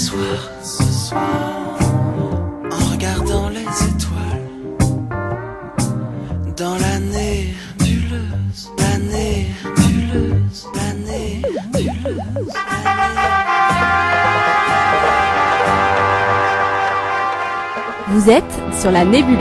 en regardant les étoiles, dans la nébuleuse, la nébuleuse, la nébuleuse, Vous êtes sur la nébuleuse.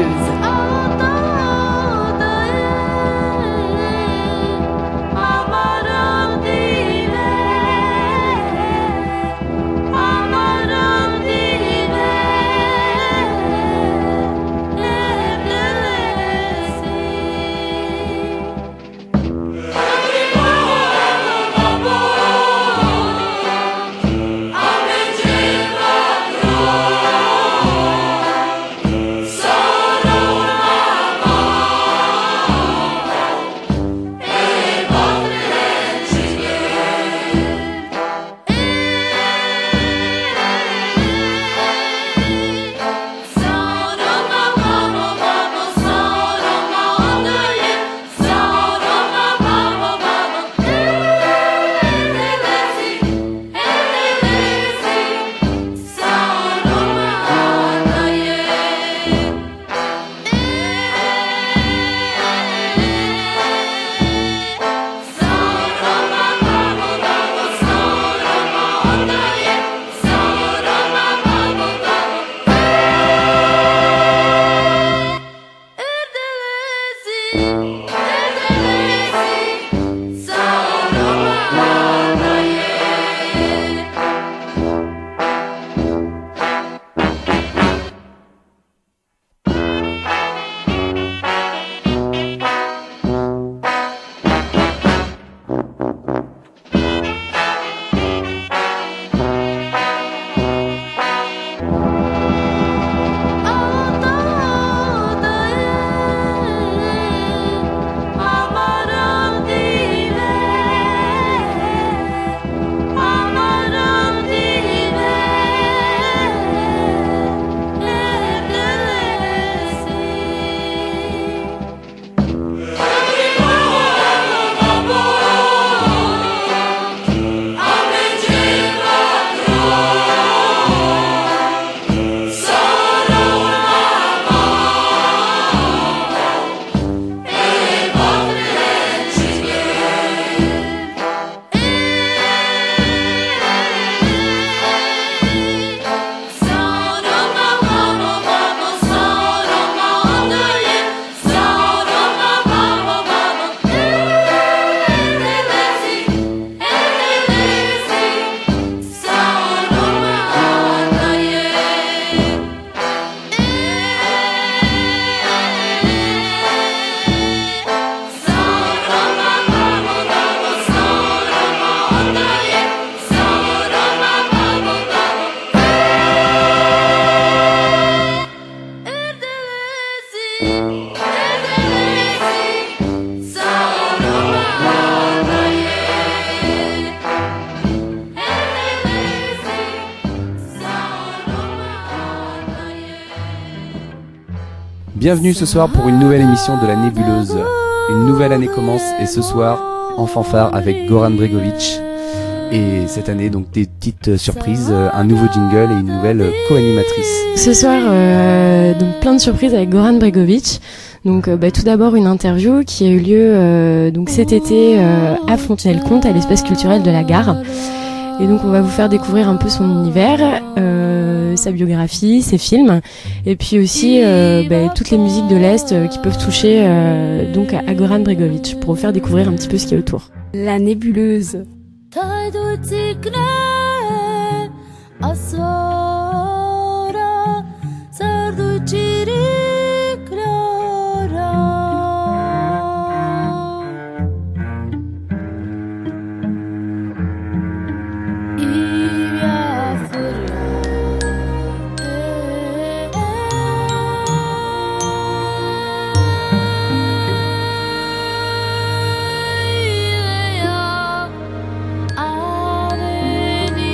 Bienvenue ce soir pour une nouvelle émission de la Nébuleuse. Une nouvelle année commence et ce soir, en fanfare avec Goran Bregovic. Et cette année, donc des petites surprises, un nouveau jingle et une nouvelle co-animatrice. Ce soir, donc plein de surprises avec Goran Bregovic. Donc tout d'abord une interview qui a eu lieu donc cet été à Fontenay-le-Comte, à l'espace culturel de la Gare. Et donc on va vous faire découvrir un peu son univers, sa biographie, ses films, et puis aussi toutes les musiques de l'Est qui peuvent toucher donc à Goran Bregovic, pour vous faire découvrir un petit peu ce qu'il y a autour. La nébuleuse. Aveni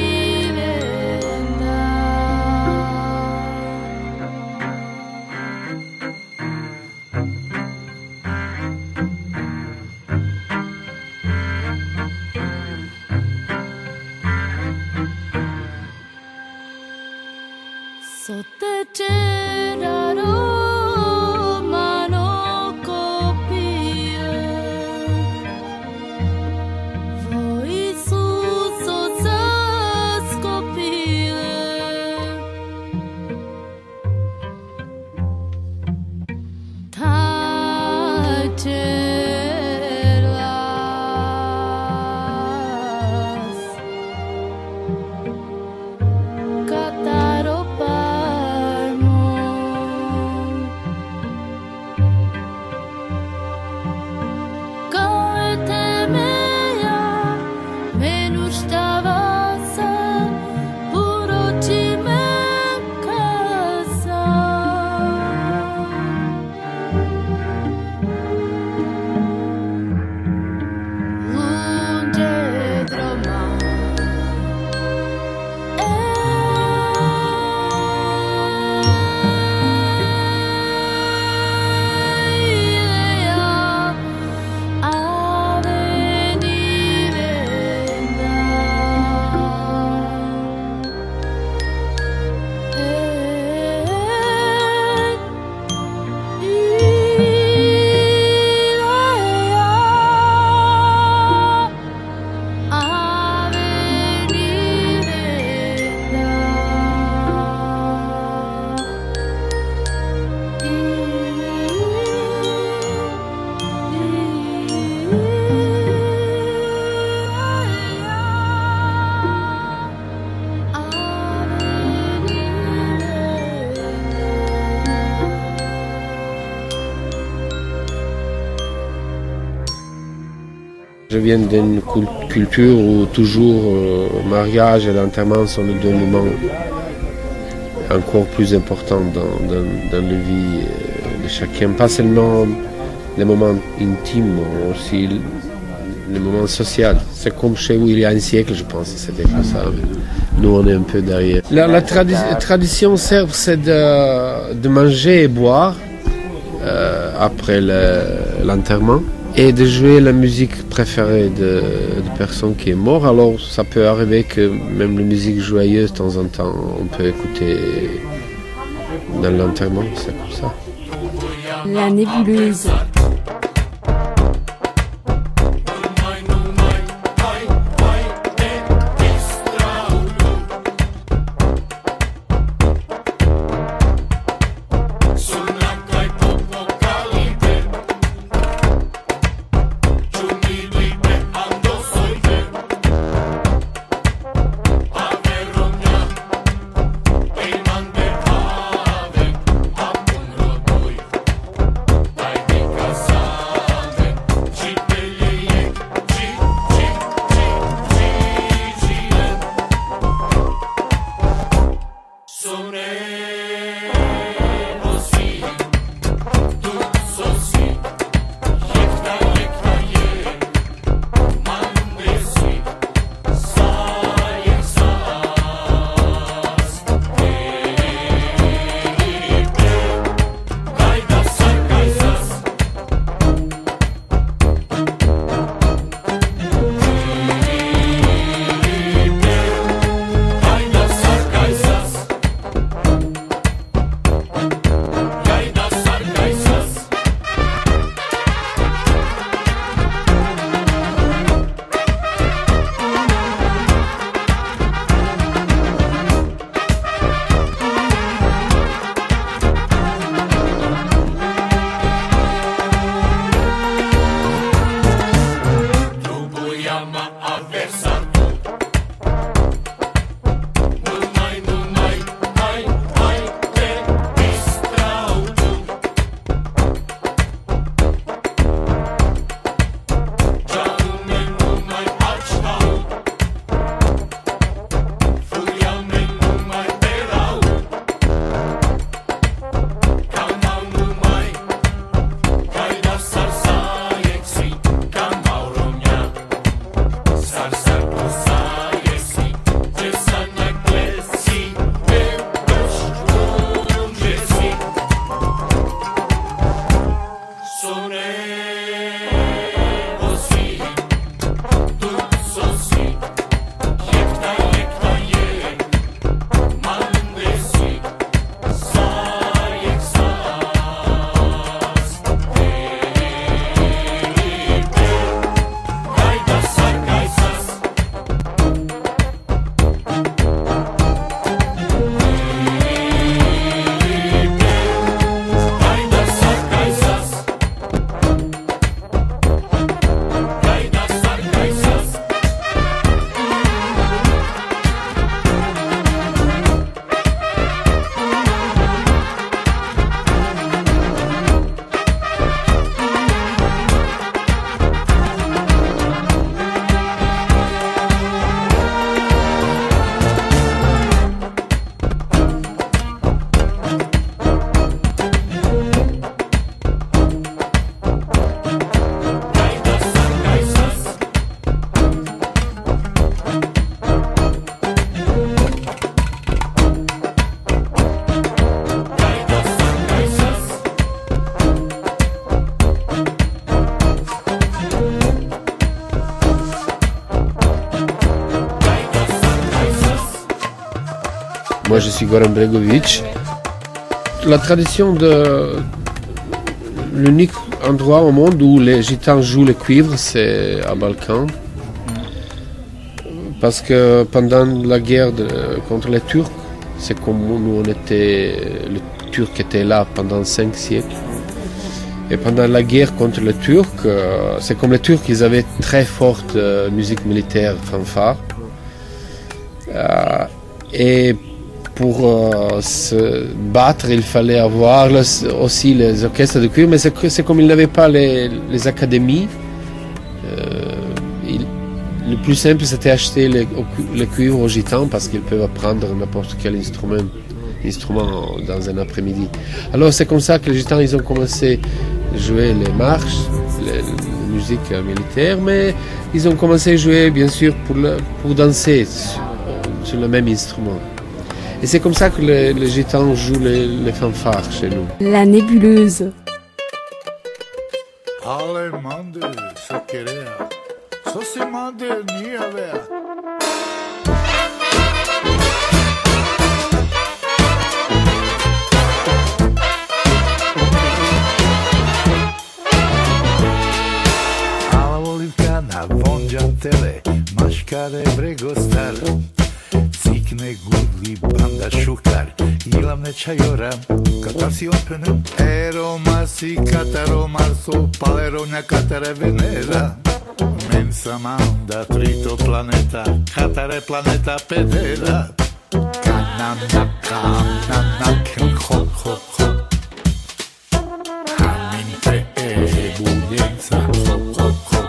Je viens d'une culture où toujours mariage et l'enterrement sont les deux moments encore plus importants dans la vie de chacun. Pas seulement les moments intimes, mais aussi les moments sociaux. C'est comme chez vous il y a un siècle, je pense, c'était comme ça. Nous, on est un peu derrière. La tradition serbe, c'est de manger et boire après l'enterrement. Et de jouer la musique préférée de personne qui est morte. Alors ça peut arriver que même la musique joyeuse de temps en temps on peut écouter dans l'enterrement, c'est comme ça. La nébuleuse. Moi, je suis Goran Bregovic. La tradition de l'unique endroit au monde où les gitans jouent le cuivre, c'est à Balkan. Parce que pendant la guerre contre les Turcs, c'est comme nous on était, les Turcs étaient là pendant 5 siècles. Et pendant la guerre contre les Turcs, c'est comme les Turcs, ils avaient très forte musique militaire, fanfare. Et pour se battre, il fallait avoir aussi les orchestres de cuivre, mais c'est comme ils n'avaient pas les académies. Le plus simple, c'était acheter le cuivre aux gitans parce qu'ils peuvent apprendre n'importe quel instrument dans un après-midi. Alors c'est comme ça que les gitans ils ont commencé à jouer les marches, les musiques militaires, mais ils ont commencé à jouer bien sûr pour danser sur le même instrument. Et c'est comme ça que les gitans jouent les fanfares chez nous. La nébuleuse. Maškare bregostar, cikne gudli banda šukar, ilamne čajora, katar si openem, eromasi kataromarso, paleronja katare venera, mensa manda trito planeta, katare planeta pedera, kanana ken hop hop hop, haminte buljenca hop hop hop.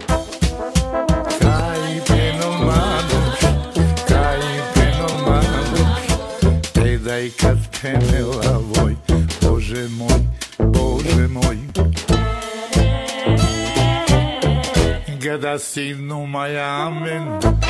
Kad penela voj, Bože moj, Gada sinu maja amen.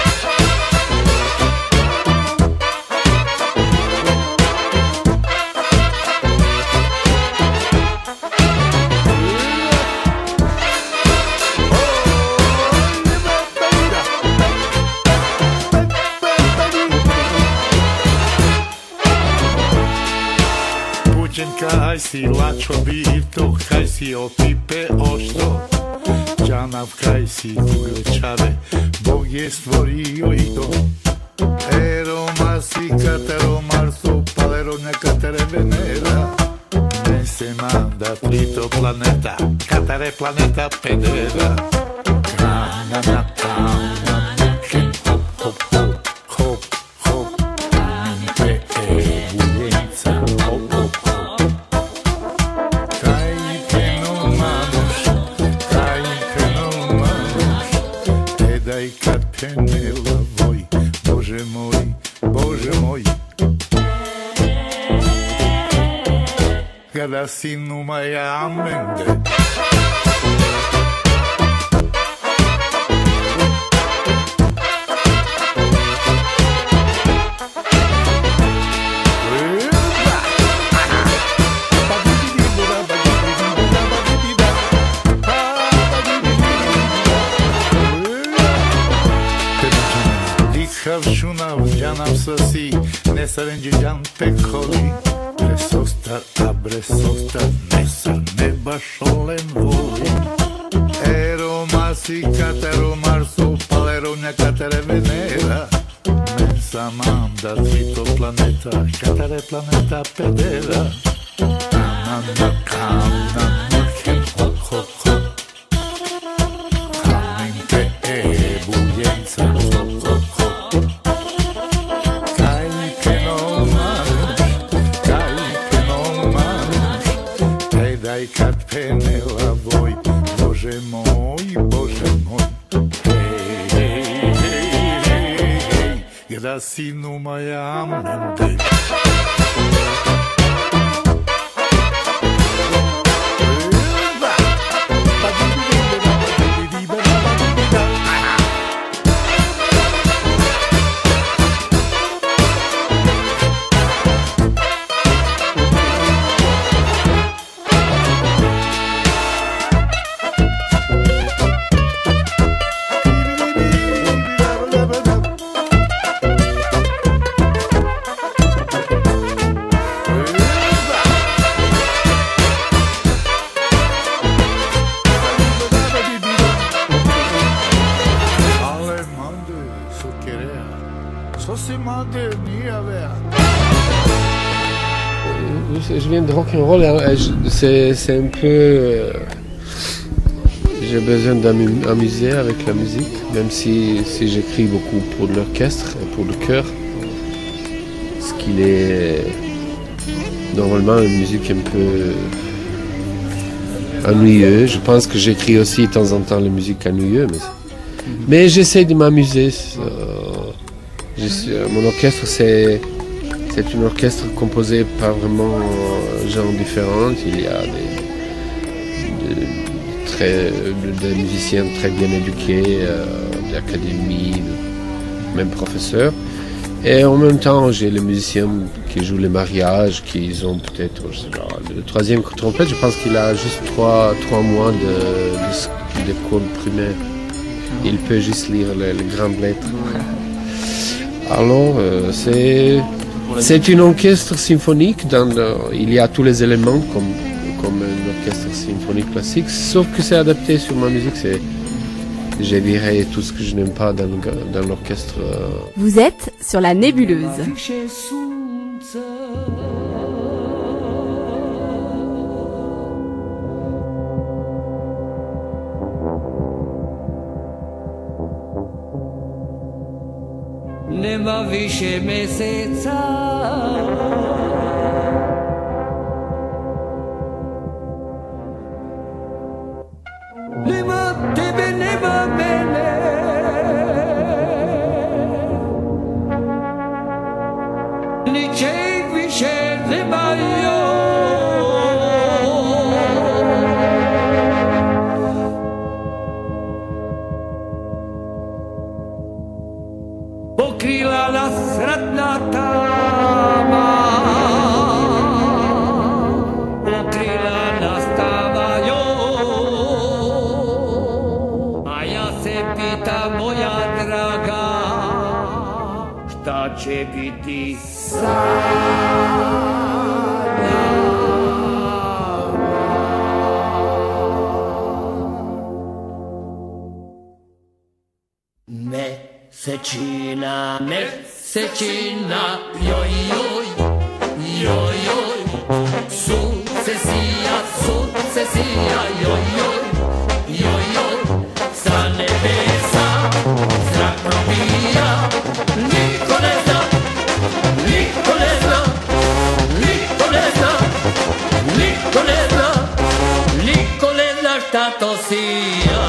Kaj si lačo bito, kaj si opipe ošto, džanav kaj si kuglečare, Bog je stvorio i to. Eromasi kataromarso, paleronja katere venera, ne se manda trito planeta, katare planeta pedera. Kanana kanana ken hop hop hop hop hop, minte buljenca hop hop hop. Penela voj, Bože moj, kada sinu maja amende. Džanav sasi, nesarenđi džan pekoli, bresostar, nesar neba šolen voli. Eromasi kataromarso, paleronja katere venera, mensa manda trito planeta, katare planeta pedera. Kanana ken hop hop hop, kaminte buljenca hop hop hop. Kad penela voj, Bože moj, hej, hej, hej, hej, hej, gda sinu maja amende. Je viens de rock'n'roll, c'est un peu... j'ai besoin d'amuser avec la musique, même si j'écris beaucoup pour l'orchestre et pour le chœur. Ce qu'il est normalement une musique un peu ennuyeuse. Je pense que j'écris aussi de temps en temps la musique ennuyeuse, mais j'essaie de m'amuser. Mon orchestre, c'est un orchestre composé par vraiment gens différents. Il y a des musiciens très bien éduqués, d'académie, même professeurs. Et en même temps, j'ai les musiciens qui jouent les mariages, qui ont peut-être, je sais pas, le troisième trompette, je pense qu'il a juste 3 mois d'école primaire. Il peut juste lire les grandes lettres. Alors, c'est une orchestre symphonique. Il y a tous les éléments comme un orchestre symphonique classique, sauf que c'est adapté sur ma musique. Je dirais tout ce que je n'aime pas dans l'orchestre. Vous êtes sur la nébuleuse. Nema više meseca, nema tebe, nema mene, ničeg više nema joj. Pokrila nas ratna tama, pokrila nas tama joj. A ja se pitam, moja draga, šta će biti sa Mesečina, mesečina, joj, joj, joj, joj, sukcesija, joj, joj, joj, joj, sa nebesa zrak probija, niko ne zna, niko ne zna, niko ne zna, niko ne zna, niko ne zna šta to sija.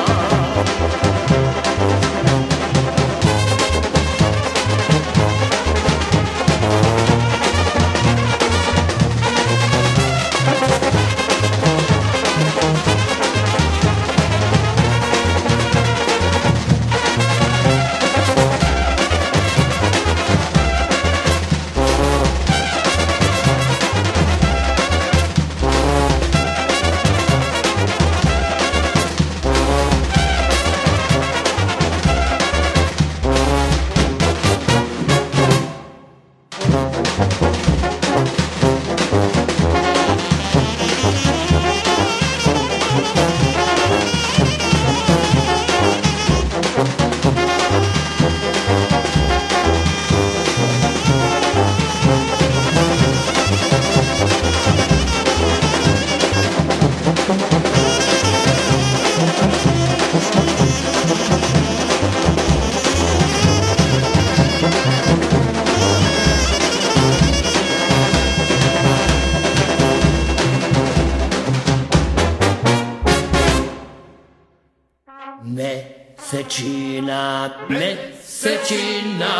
Mesečina, mesečina,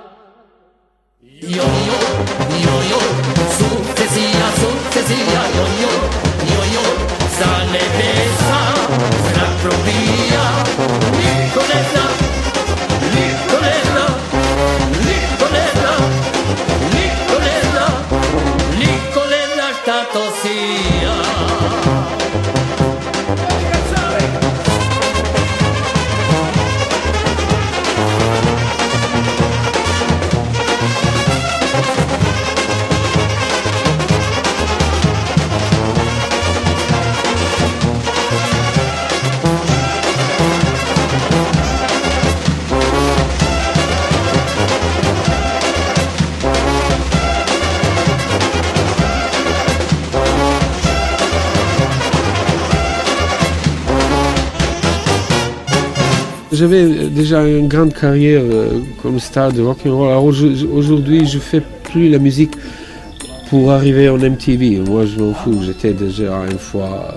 joj, joj, joj, joj, sukcesija, sukcesija, joj, joj, joj, joj, sa nebesa zrak probija, niko ne zna, niko ne zna, niko ne zna, niko ne zna, niko ne zna šta to sija. J'avais déjà une grande carrière comme star de rock'n'roll. Alors aujourd'hui, je fais plus la musique pour arriver en MTV. Moi, je m'en fous. J'étais déjà une fois.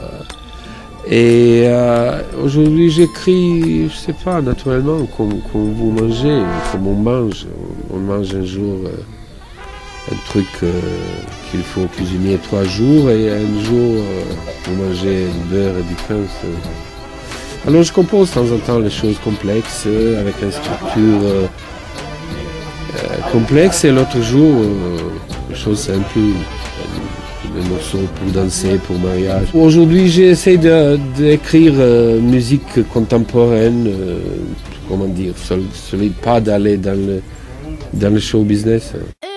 Aujourd'hui, j'écris, je sais pas, naturellement, comme vous mangez, comme on mange. On mange un jour un truc qu'il faut cuisiner 3 jours et un jour, vous mangez du beurre et du pain. Alors je compose de temps en temps les choses complexes avec une structure complexe et l'autre jour les choses simples, des morceaux pour danser, pour mariage. Aujourd'hui j'essaie d'écrire musique contemporaine, comment dire, celui pas d'aller dans le show business.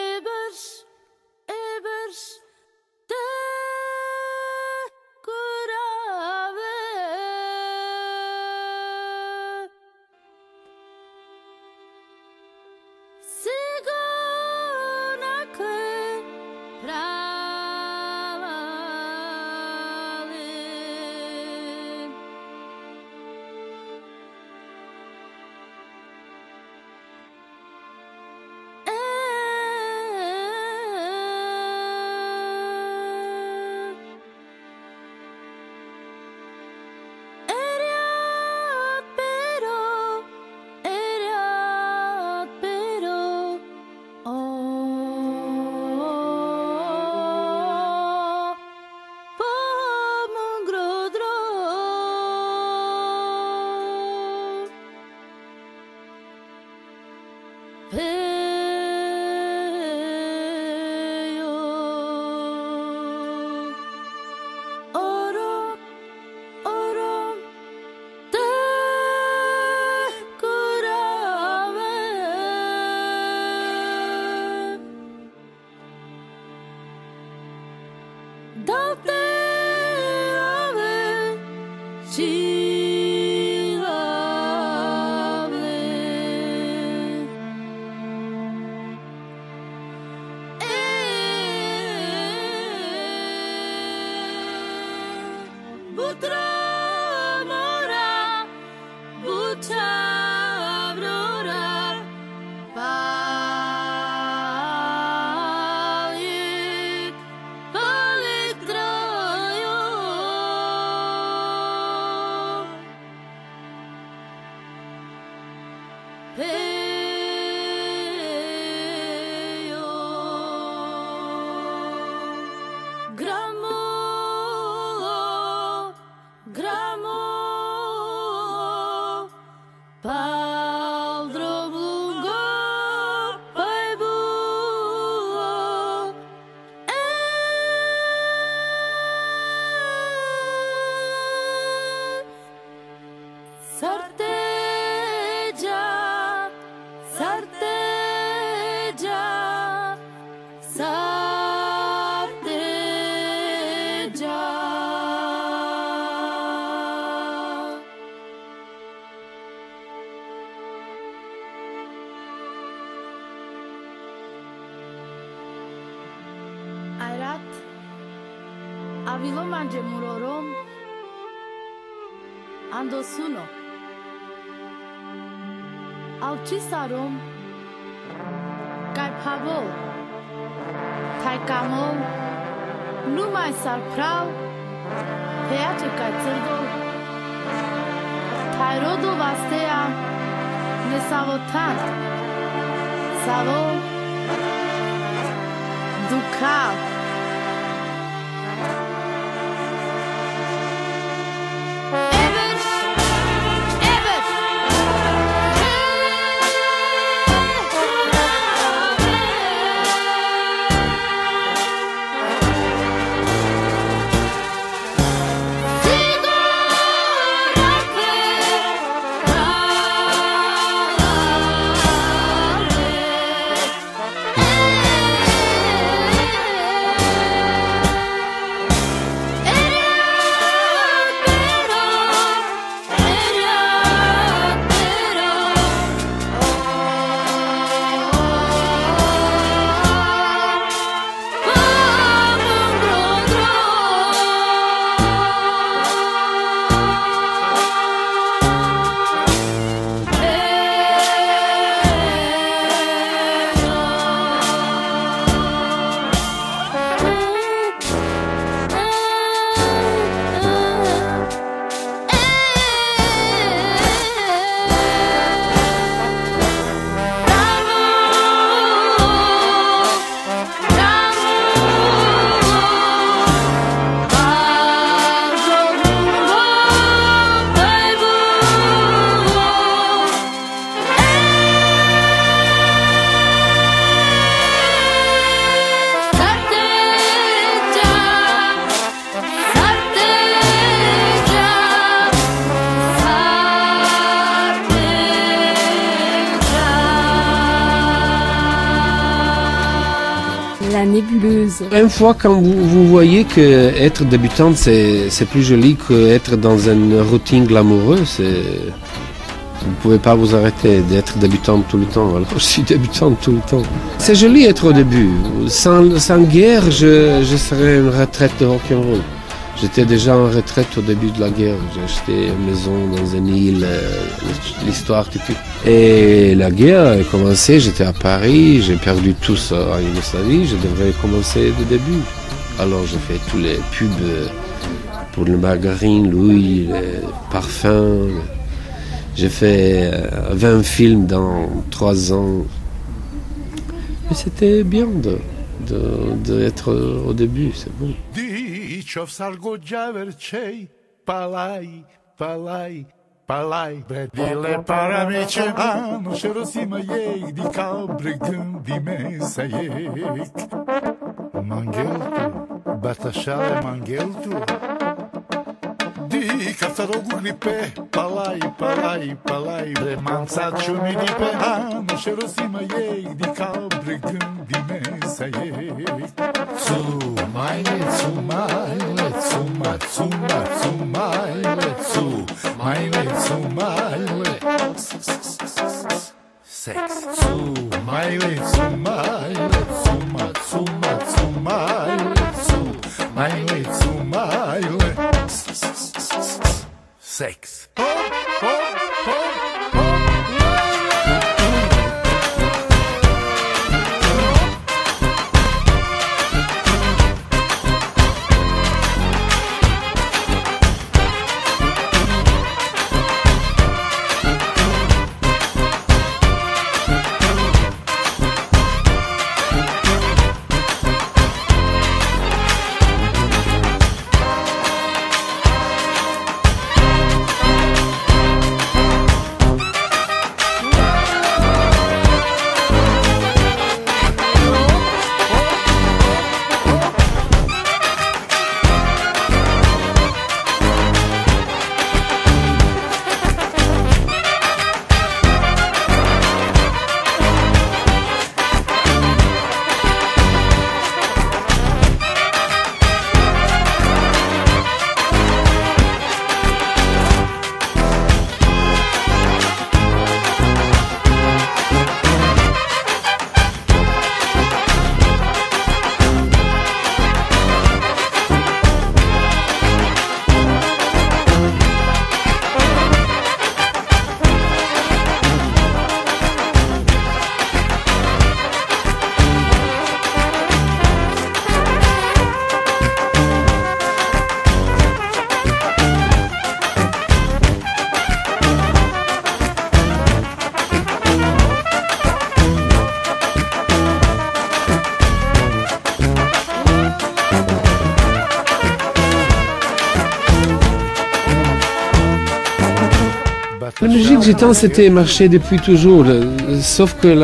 Avilo manje murorom ando suno Alchi sarom Karpavo Taikamo Numai sarprau Peate katsirdo Tairodo vastea Nesavotan Savo Dukav La nébuleuse. Une fois quand vous voyez que être débutante c'est plus joli qu'être dans une routine glamoureuse, vous ne pouvez pas vous arrêter d'être débutante tout le temps. Alors je suis débutante tout le temps. C'est joli être au début. Sans guerre, je serais une retraite de rock'n'roll. J'étais déjà en retraite au début de la guerre. J'ai acheté une maison dans une île, l'histoire typique. Et la guerre a commencé, j'étais à Paris, j'ai perdu tout ça en Yougoslavie, je devrais commencer du début. Alors j'ai fait tous les pubs pour le margarine, l'huile, les parfums. J'ai fait 20 films dans 3 ans. Mais c'était bien d'être au début, c'est bon. Dičov sargođaverčej, palaj, palaj, palaj. Bredile paramiće, ano šerosima jek, di kabre gândi mesa jek. Mangeltu, batašale mangeltu. Di kastarogu gripe, palaj, palaj, palaj. Remanca čumi dipe, ano šerosima jek, di kabre gândi mesa jek. Cumajle, cumajle, cuma, cuma, cumajle, cumajle, cumajle. Sex. Cumajle, cumajle, cuma, cuma, cumajle, cumajle, cumajle. Sex. La musique gitane, c'était marché depuis toujours, sauf que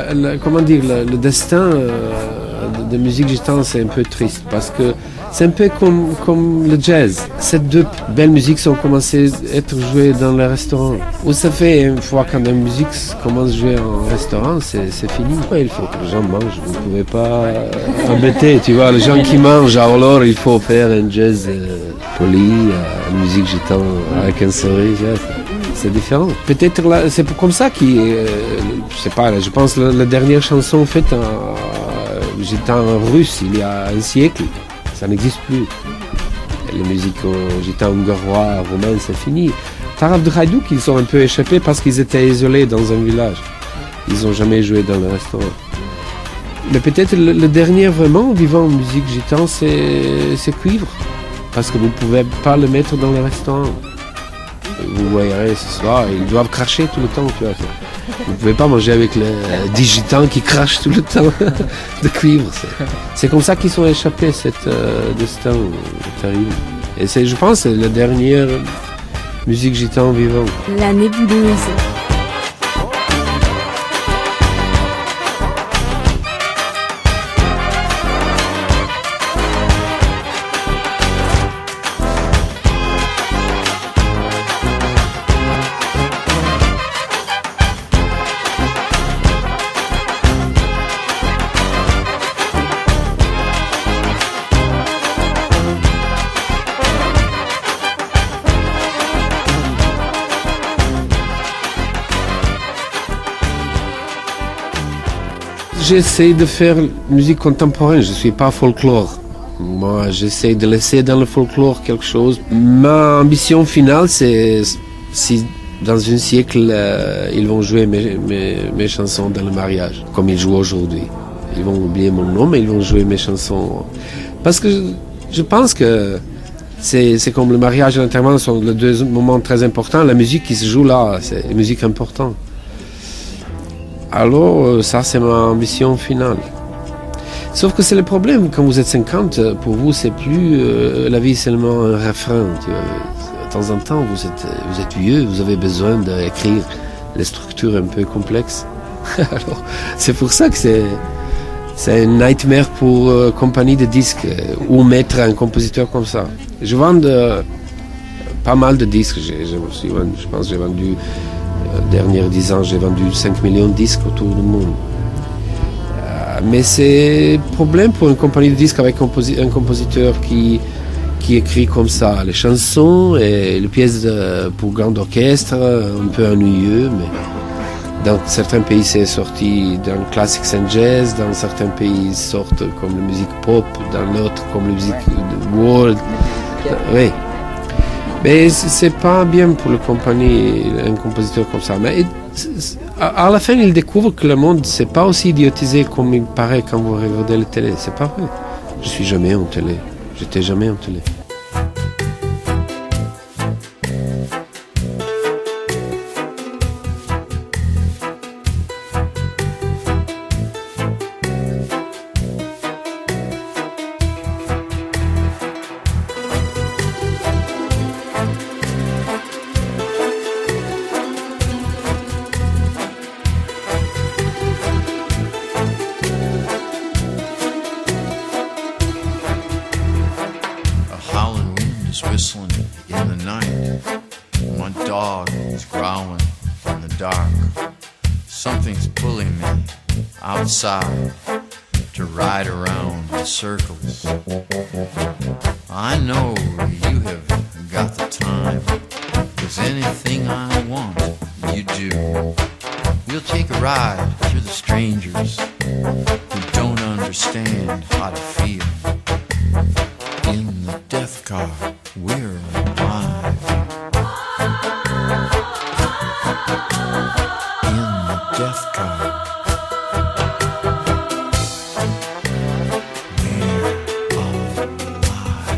le destin de musique gitane, c'est un peu triste, parce que c'est un peu comme le jazz. Ces deux belles musiques ont commencé à être jouées dans les restaurants. Où ça fait une fois quand la musique commence à jouer en restaurant, c'est fini. Il faut que les gens mangent, vous ne pouvez pas embêter, tu vois, les gens qui mangent, alors il faut faire un jazz poli, une musique gitane avec un sourire. C'est différent. Peut-être là, c'est comme ça je sais pas, je pense que la dernière chanson faite en gitan russe il y a un siècle, ça n'existe plus. Les musiques gitan hongrois, roumain, c'est fini. Taraf de Hajduk, ils sont un peu échappés parce qu'ils étaient isolés dans un village. Ils n'ont jamais joué dans le restaurant. Mais peut-être le dernier vraiment vivant en musique gitan, c'est Cuivre. Parce que vous ne pouvez pas le mettre dans le restaurant. Vous voyez ce soir, ils doivent cracher tout le temps, tu vois. Vous ne pouvez pas manger avec les 10 gitans qui crachent tout le temps de Cuivre. C'est comme ça qu'ils sont échappés, cette destin terrible. Et je pense, c'est la dernière musique gitane vivante. La nébuleuse. j'essaie de faire musique contemporaine, je ne suis pas folklore. Moi, j'essaie de laisser dans le folklore quelque chose. Ma ambition finale, c'est si dans un siècle, ils vont jouer mes chansons dans le mariage, comme ils jouent aujourd'hui. Ils vont oublier mon nom, mais ils vont jouer mes chansons. Parce que je pense que c'est comme le mariage et l'enterrement sont les deux moments très importants. La musique qui se joue là, c'est une musique importante. Alors, ça, c'est ma ambition finale. Sauf que c'est le problème, quand vous êtes 50, pour vous, c'est plus la vie seulement un refrain. Tu vois. De temps en temps, vous êtes vieux, vous avez besoin d'écrire les structures un peu complexes. Alors, c'est pour ça que c'est un nightmare pour compagnie de disques ou mettre un compositeur comme ça. Je vends pas mal de disques. Je pense que j'ai vendu, dernières 10 ans, j'ai vendu 5 millions de disques autour du monde. Mais c'est un problème pour une compagnie de disques avec un compositeur qui écrit comme ça les chansons et les pièces pour grand orchestre, un peu ennuyeux, mais dans certains pays c'est sorti dans le classics and jazz, dans certains pays ils sortent comme la musique pop, dans d'autres comme la musique de world. Oui. Mais c'est pas bien pour la compagnie, un compositeur comme ça. Mais à la fin, il découvre que le monde, c'est pas aussi idiotisé comme il paraît quand vous regardez la télé. C'est pas vrai. Je suis jamais en télé. J'étais jamais en télé. Whistling in the night. My dog is growling in the dark. Something's pulling me outside to ride around in circles. I know you have got the time, 'cause anything I want, you do. We'll take a ride through the strangers who don't understand how to feel. In the death car, we're alive. In the death car, we're alive.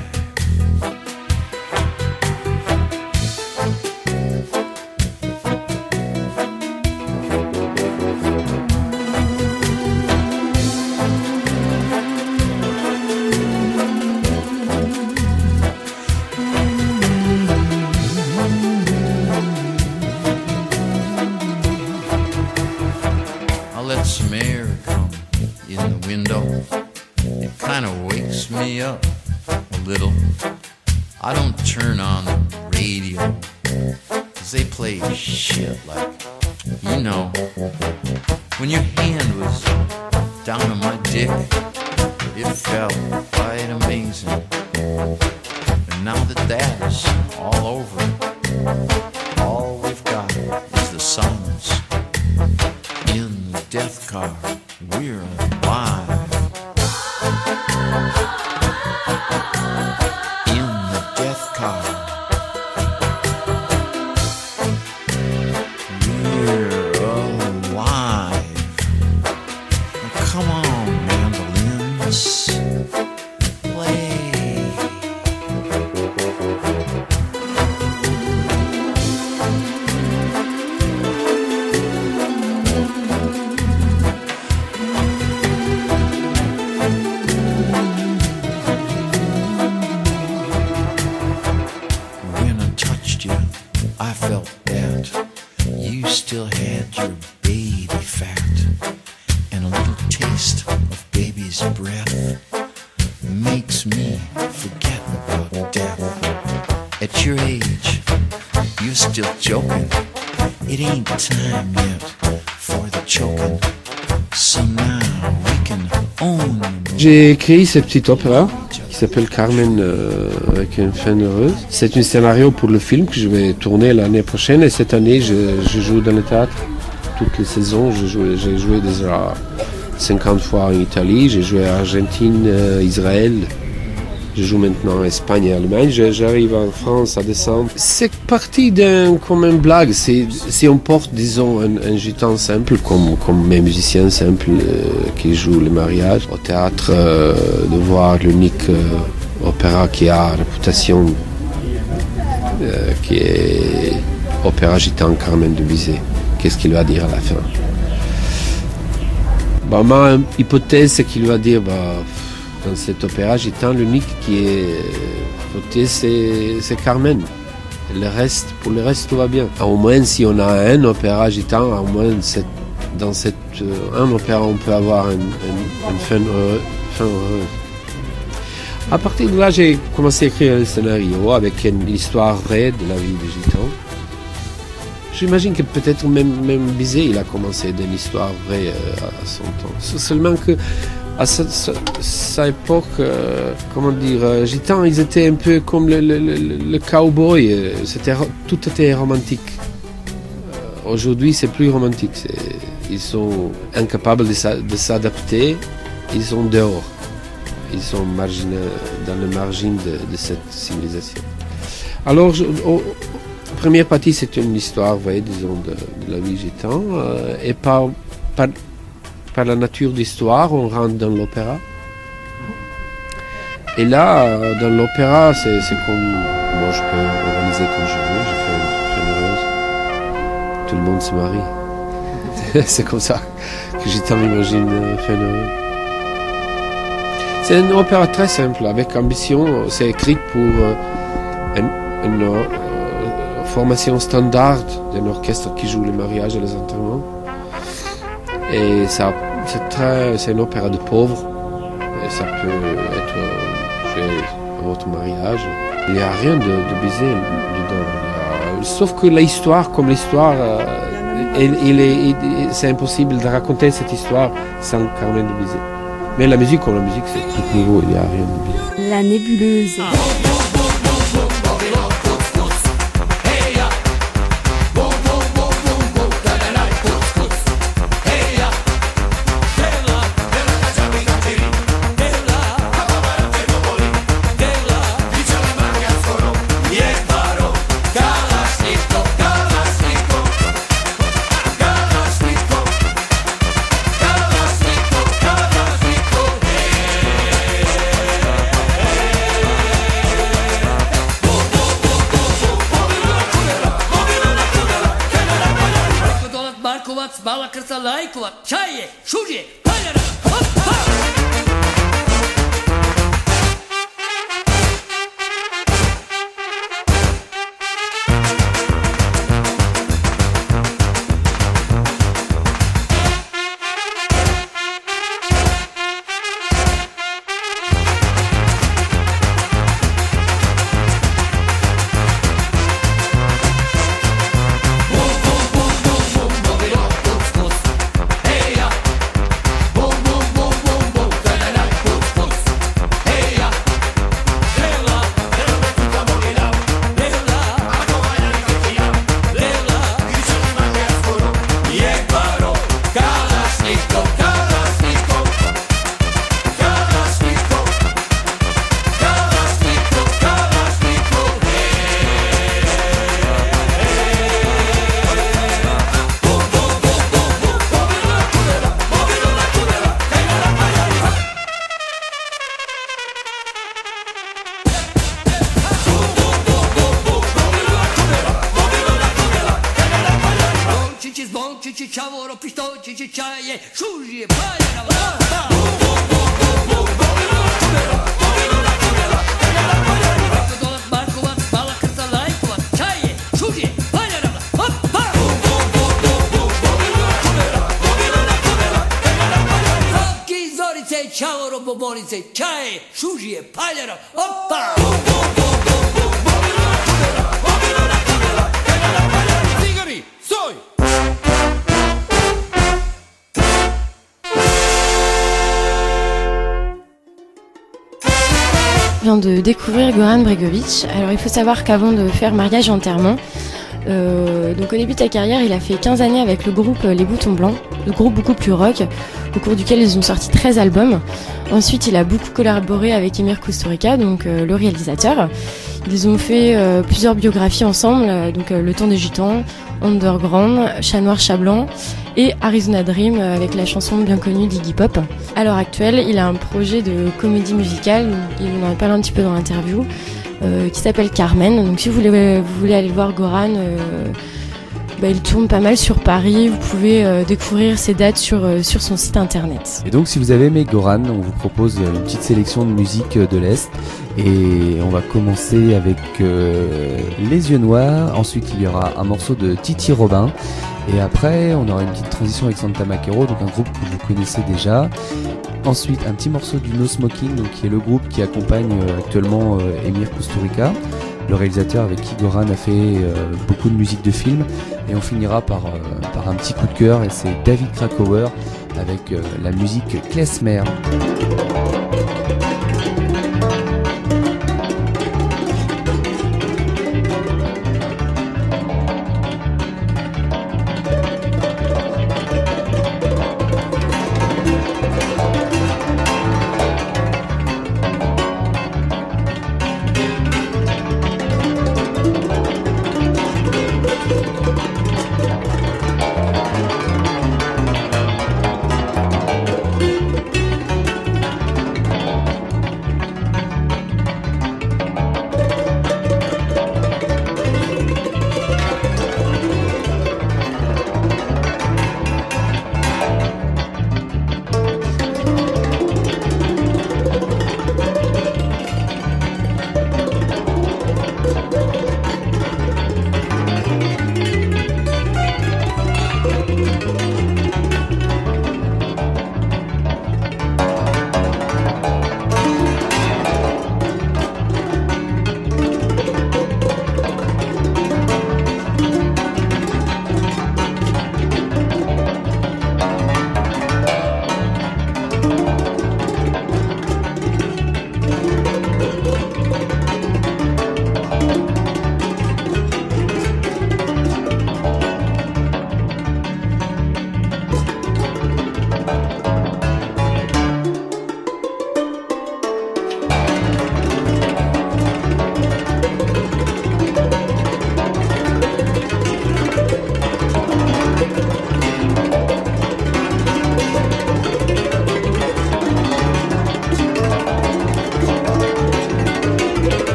Some air come in the window. It kind of wakes me up a little. I don't turn on the radio, 'cause they play shit like, you know, when your hand was down on my dick, it felt quite amazing. And now that that's all over, all we've got is the silence. In the death car, we're alive. In the death car, we're alive. Now come on, mandolins, play. I felt that you still had your baby fat, and a little taste of baby's breath makes me forget about death. At your age, you're still joking. It ain't time yet for the choking. So now we can own. J'ai écrit ce petit opéra qui s'appelle Carmen avec une fin heureuse. C'est un scénario pour le film que je vais tourner l'année prochaine, et cette année je joue dans le théâtre toutes les saisons. J'ai joué déjà 50 fois en Italie, j'ai joué à Argentine, Israël. Je joue maintenant en Espagne et Allemagne. J'arrive en France à décembre. C'est parti comme une blague. Si on porte, disons, un gitan simple, comme mes musiciens simples qui jouent le mariage au théâtre, de voir l'unique opéra qui a réputation, qui est opéra gitan Carmen de Bizet. Qu'est-ce qu'il va dire à la fin? Ma hypothèse, c'est qu'il va dire, dans cet opéra gitan, l'unique qui est voté, c'est Carmen. Pour le reste, tout va bien. Au moins, si on a un opéra gitan, au moins, dans un opéra, on peut avoir une fin heureuse. À partir de là, j'ai commencé à écrire un scénario avec une histoire vraie de la vie du gitan. J'imagine que peut-être même Bizet, il a commencé d'une histoire vraie à son temps. Seulement que à sa époque, gitans, ils étaient un peu comme le cowboy. Tout était romantique. Aujourd'hui, c'est plus romantique. Ils sont incapables de s'adapter. Ils sont dehors. Ils sont dans le margin de cette civilisation. Alors, première partie, c'est une histoire, disons, de la vie gitan. Et par la nature d'histoire, on rentre dans l'opéra. Et là, dans l'opéra, c'est comme moi, je peux organiser comme je veux. Je fais une heureuse. Tout le monde se marie. C'est comme ça que gitan imagine faire heureuse. C'est une opéra très simple, avec ambition. C'est écrit pour une formation standard d'un orchestre qui joue les mariages et les enterrements. Et c'est une opéra de pauvres. Et ça peut être joué à votre mariage. Il n'y a rien de Bizet dedans. Sauf que l'histoire, comme l'histoire, c'est impossible de raconter cette histoire sans Carmen de Bizet. Mais la musique, comme la musique, c'est tout nouveau, il n'y a rien de Bizet. La nébuleuse. Je viens de découvrir Goran Bregović. Alors il faut savoir qu'avant de faire mariage et enterrement, Donc au début de sa carrière, il a fait 15 années avec le groupe Les Boutons Blancs, le groupe beaucoup plus rock, au cours duquel ils ont sorti 13 albums. Ensuite, il a beaucoup collaboré avec Emir Kusturica, donc le réalisateur. Ils ont fait plusieurs biographies ensemble, donc Le Temps des Gitans, Underground, Chat Noir, Chat Blanc et Arizona Dream avec la chanson bien connue d'Iggy Pop. À l'heure actuelle, il a un projet de comédie musicale, il en a parlé un petit peu dans l'interview, qui s'appelle Carmen. Donc si vous voulez aller voir Goran, il tourne pas mal sur Paris. Vous pouvez découvrir ses dates sur son site internet. Et donc si vous avez aimé Goran, on vous propose une petite sélection de musique de l'Est. Et on va commencer avec Les Yeux Noirs. Ensuite il y aura un morceau de Titi Robin. Et après on aura une petite transition avec Santa Maquero, donc un groupe que vous connaissez déjà. Ensuite un petit morceau du No Smoking, donc, qui est le groupe qui accompagne actuellement Emir Kusturica, le réalisateur avec qui Goran a fait beaucoup de musique de film. Et on finira par un petit coup de cœur, et c'est David Krakauer avec la musique Klezmer.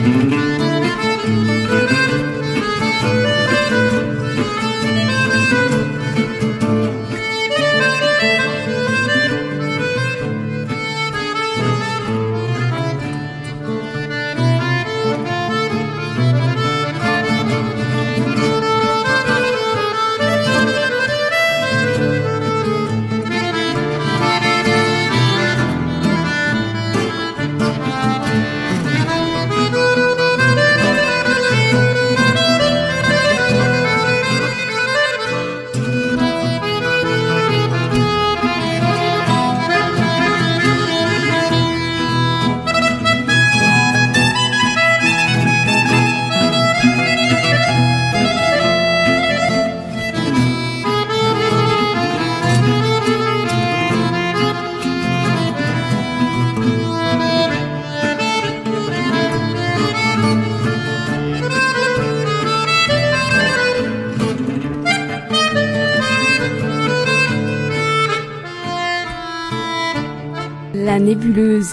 La nébuleuse.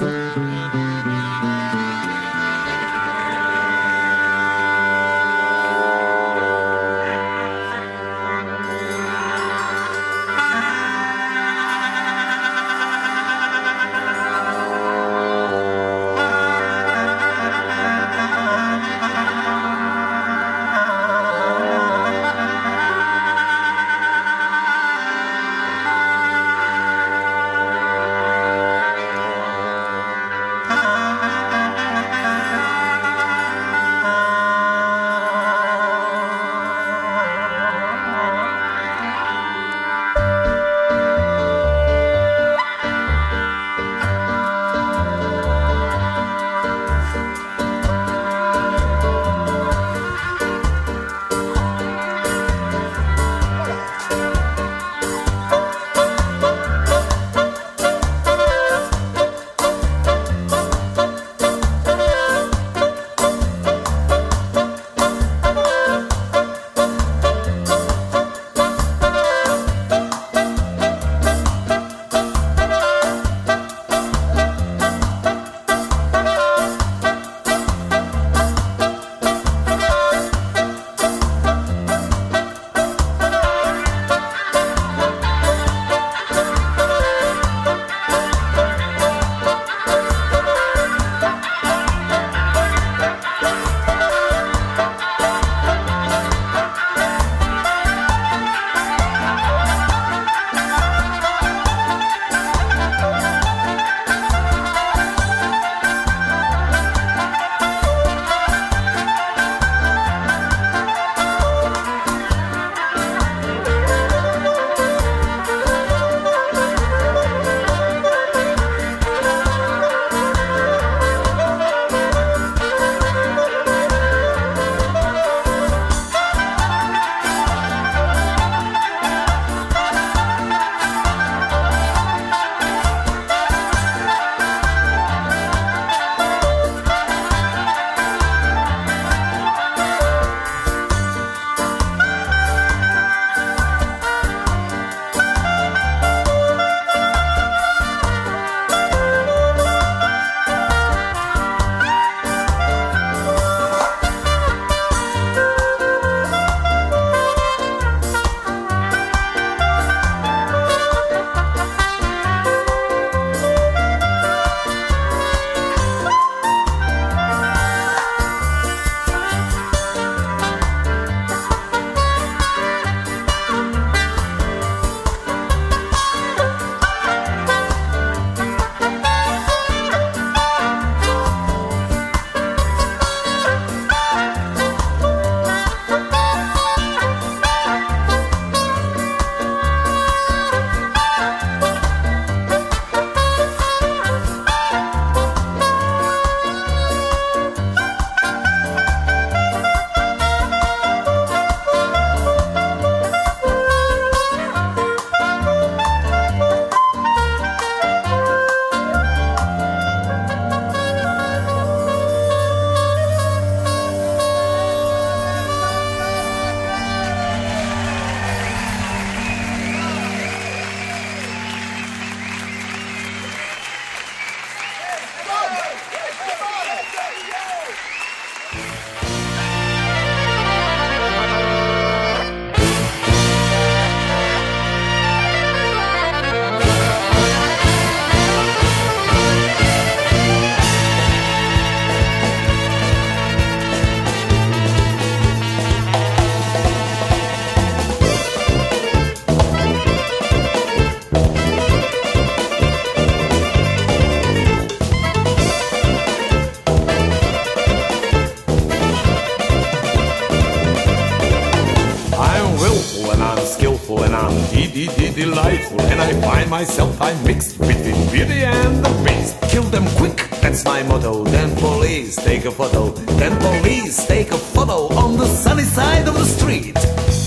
delightful, and I find myself I'm mixed between Beauty and the Beast. Kill them quick, that's my motto. Then police take a photo. Then police take a photo on the sunny side of the street.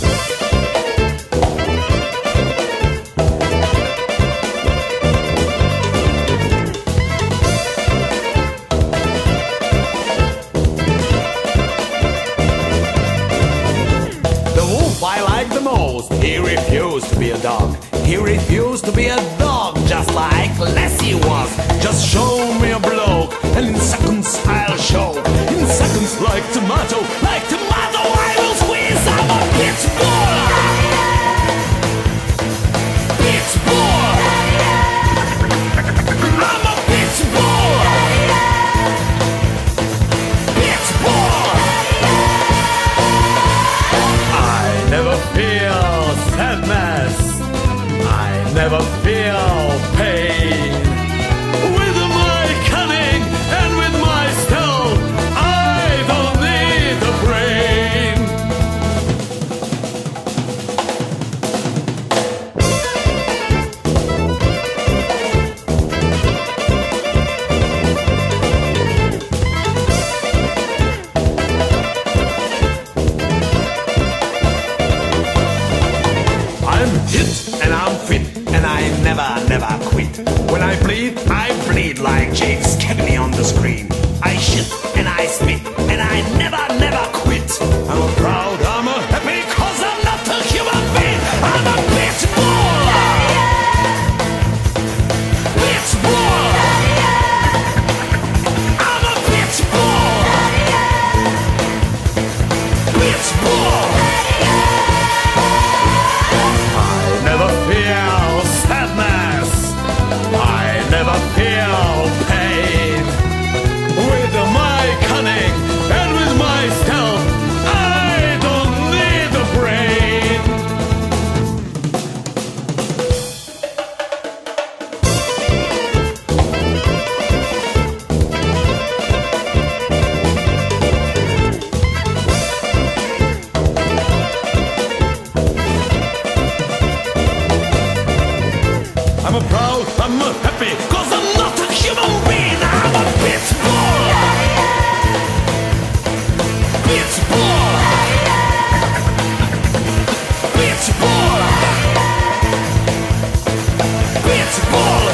He refused to be a dog. He refused to be a dog, just like Lassie was. Just show me a bloke, and in seconds I'll show. In seconds, like tomato, I will squeeze. I'm a pitch bull. Pitch bull. I'm a pitch bull. Pitch bull. I never feel sadness, I never feel pain. With my cunning and with my stealth, I don't need a brain. I'm hit and I'm fit, and I never quit. When I bleed like James Cagney on the screen. I shit and I spit, and I never quit. I'm a proud, I'm a happy, cause I'm not a human being. I'm a bitch bull. Bitch bull. I'm a bitch bull. Bitch bull. I never feel sadness, I never feel pain. With my cunning and with my stealth, I don't need a brain. I'm a proud, I'm a happy, cause I'm not a human being. I'm a bitch bull. Bitch bull. Bitch bull. Bitch bull.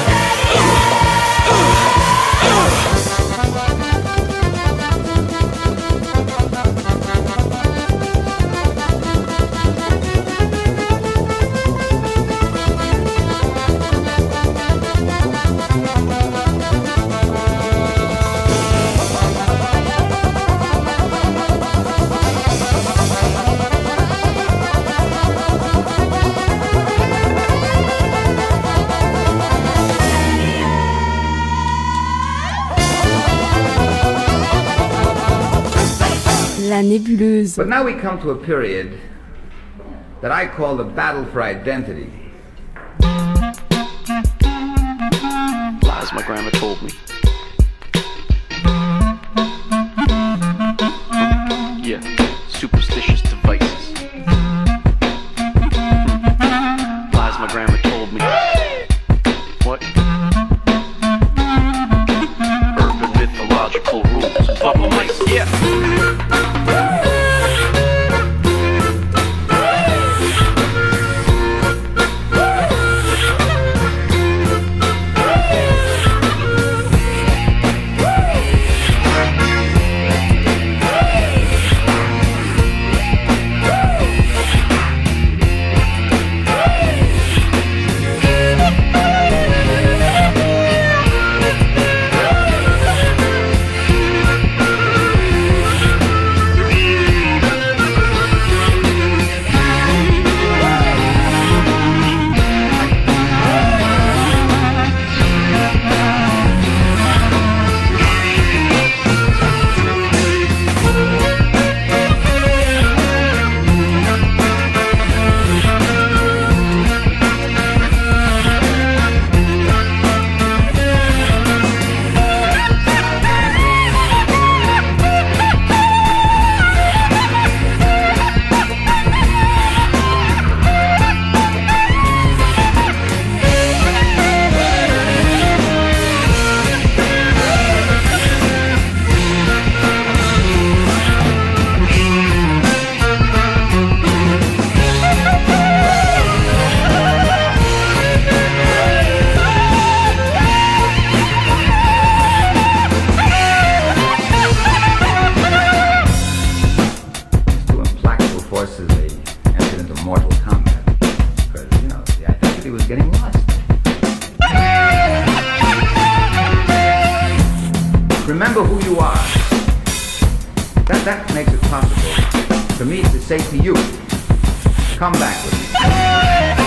La nébuleuse. But now we come to a period that I call the battle for identity. Lies my grandma told me. Yeah, superstitious devices. Lies my grandma told me. What? Urban mythological rules. Bubble mice. Yeah. you are, that makes it possible for me to say to you, come back with me.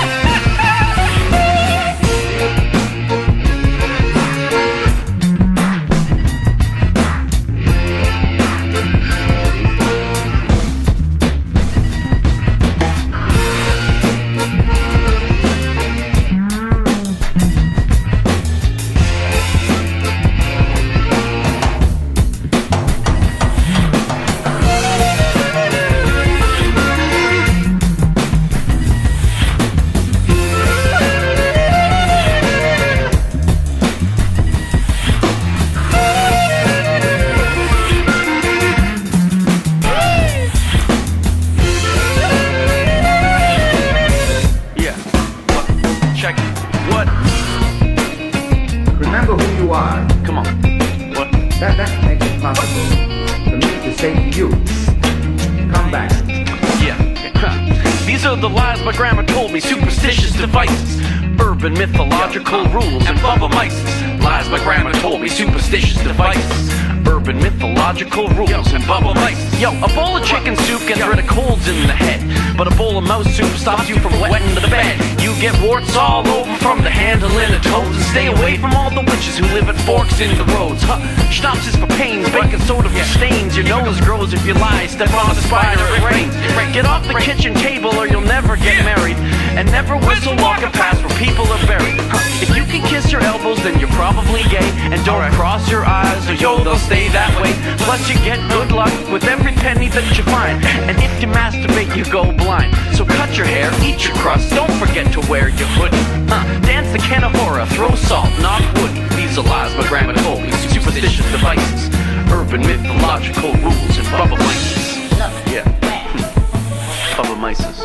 Mythological rules and Bubba Mices. Lies my grandma told me, superstitious devices. Urban mythological rules and Bubba Mices. Yo, a bowl of chicken soup gets rid of colds in the head, but a bowl of mouse soup stops you from wetting the bed. You get warts all over from the handling of toads, and stay away from all the witches who live at forks in the roads. Schnapps is for pains, baking soda for stains. Your nose grows if you lie, step on a spider, it rains. Get off the kitchen table or you'll never get married, and never whistle walking past where people are buried. If you can kiss your elbows, then you're probably gay, and don't cross your eyes or yo, they'll stay that way. Plus you get good luck with every penny that you find, and if you masturbate you go blind. So cut your hair, eat your crust, don't forget to wear your hoodie. Dance the Kanahora, throw salt, knock wood. These are lies my grandma told me, superstitious devices, urban mythological rules and Bubba Mices. Yeah, Bubba Mices.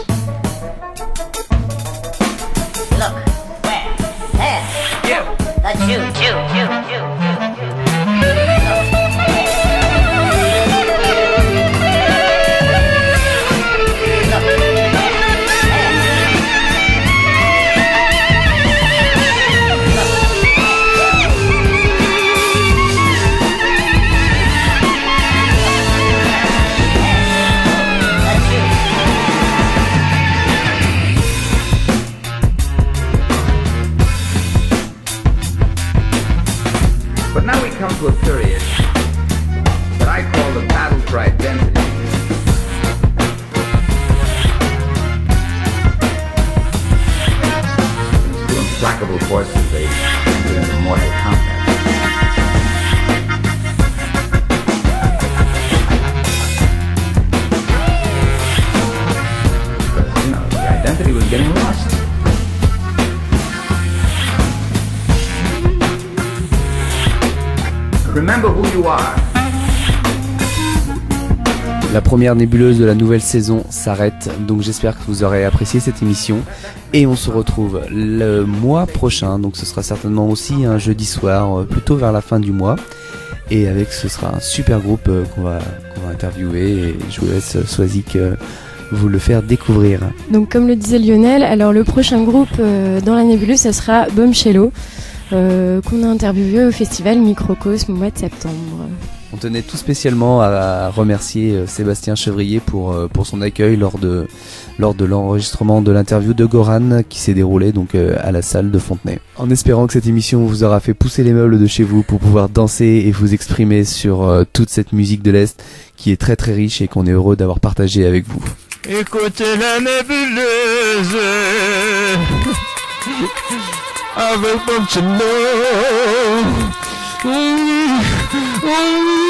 Look, where? There. Yeah. That's you. But now we come to a period that I call the battle for identity. These two implacable forces, they enter into mortal combat. But, you know, the identity was getting lost. Remember who you are. La première nébuleuse de la nouvelle saison s'arrête, donc j'espère que vous aurez apprécié cette émission et on se retrouve le mois prochain, donc ce sera certainement aussi un jeudi soir, plutôt vers la fin du mois, et avec ce sera un super groupe qu'on va interviewer et je vous laisse Swazik vous le faire découvrir. Donc comme le disait Lionel, alors le prochain groupe dans la nébuleuse, ça sera Bombshello, qu'on a interviewé au festival Microcosme au mois de septembre. On tenait tout spécialement à remercier Sébastien Chevrier pour son accueil lors de l'enregistrement de l'interview de Goran qui s'est déroulé donc à la salle de Fontenay. En espérant que cette émission vous aura fait pousser les meubles de chez vous pour pouvoir danser et vous exprimer sur toute cette musique de l'Est qui est très très riche et qu'on est heureux d'avoir partagé avec vous. Écoutez la nébuleuse avec Bombshello.